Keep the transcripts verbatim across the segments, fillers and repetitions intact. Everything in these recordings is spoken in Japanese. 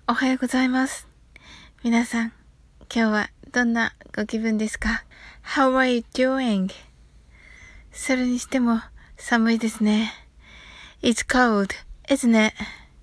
おはようございます。皆さん、今日はどんなご気分ですか？ How are you doing? それにしても寒いですね。It's cold, isn't it?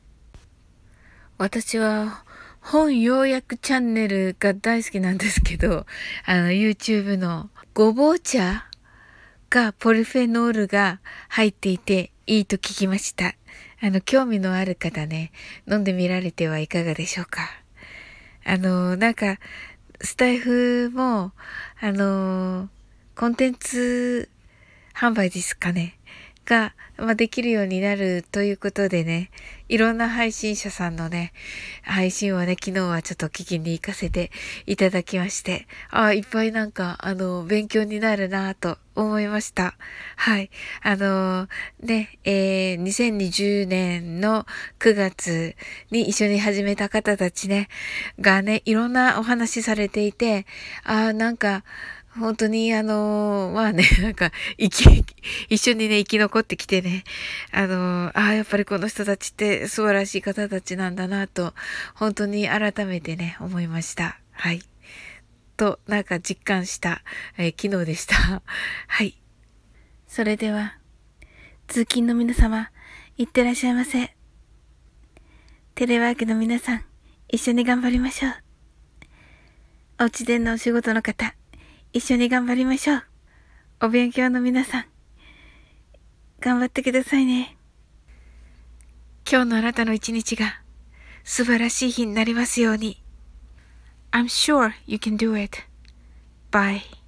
私は本要約チャンネルが大好きなんですけど、あの YouTube のごぼう茶がポリフェノールが入っていていいと聞きました。あの、興味のある方ね、飲んでみられてはいかがでしょうか。あの、なんか、スタイフも、あの、コンテンツ販売ですかね。が、まあ、できるようになるということでね、いろんな配信者さんのね、配信をね、昨日はちょっと聞きに行かせていただきまして、ああ、いっぱいなんか、あの、勉強になるなぁと思いました。はい。あの、ね、えー、にせんにじゅうねんのくがつに一緒に始めた方たちね、がね、いろんなお話されていて、ああ、なんか、本当に、あのまあね、なんか、生き、一緒にね、生き残ってきてね、あのああ、やっぱりこの人たちって素晴らしい方たちなんだなと、本当に改めてね、思いました。はい。と、なんか実感した、えー昨日でした。はい。それでは、通勤の皆様、いってらっしゃいませ。テレワークの皆さん、一緒に頑張りましょう。お家でのお仕事の方、一緒に頑張りましょう。お勉強の皆さん、頑張ってくださいね。今日のあなたの一日が素晴らしい日になりますように。I'm sure you can do it. Bye.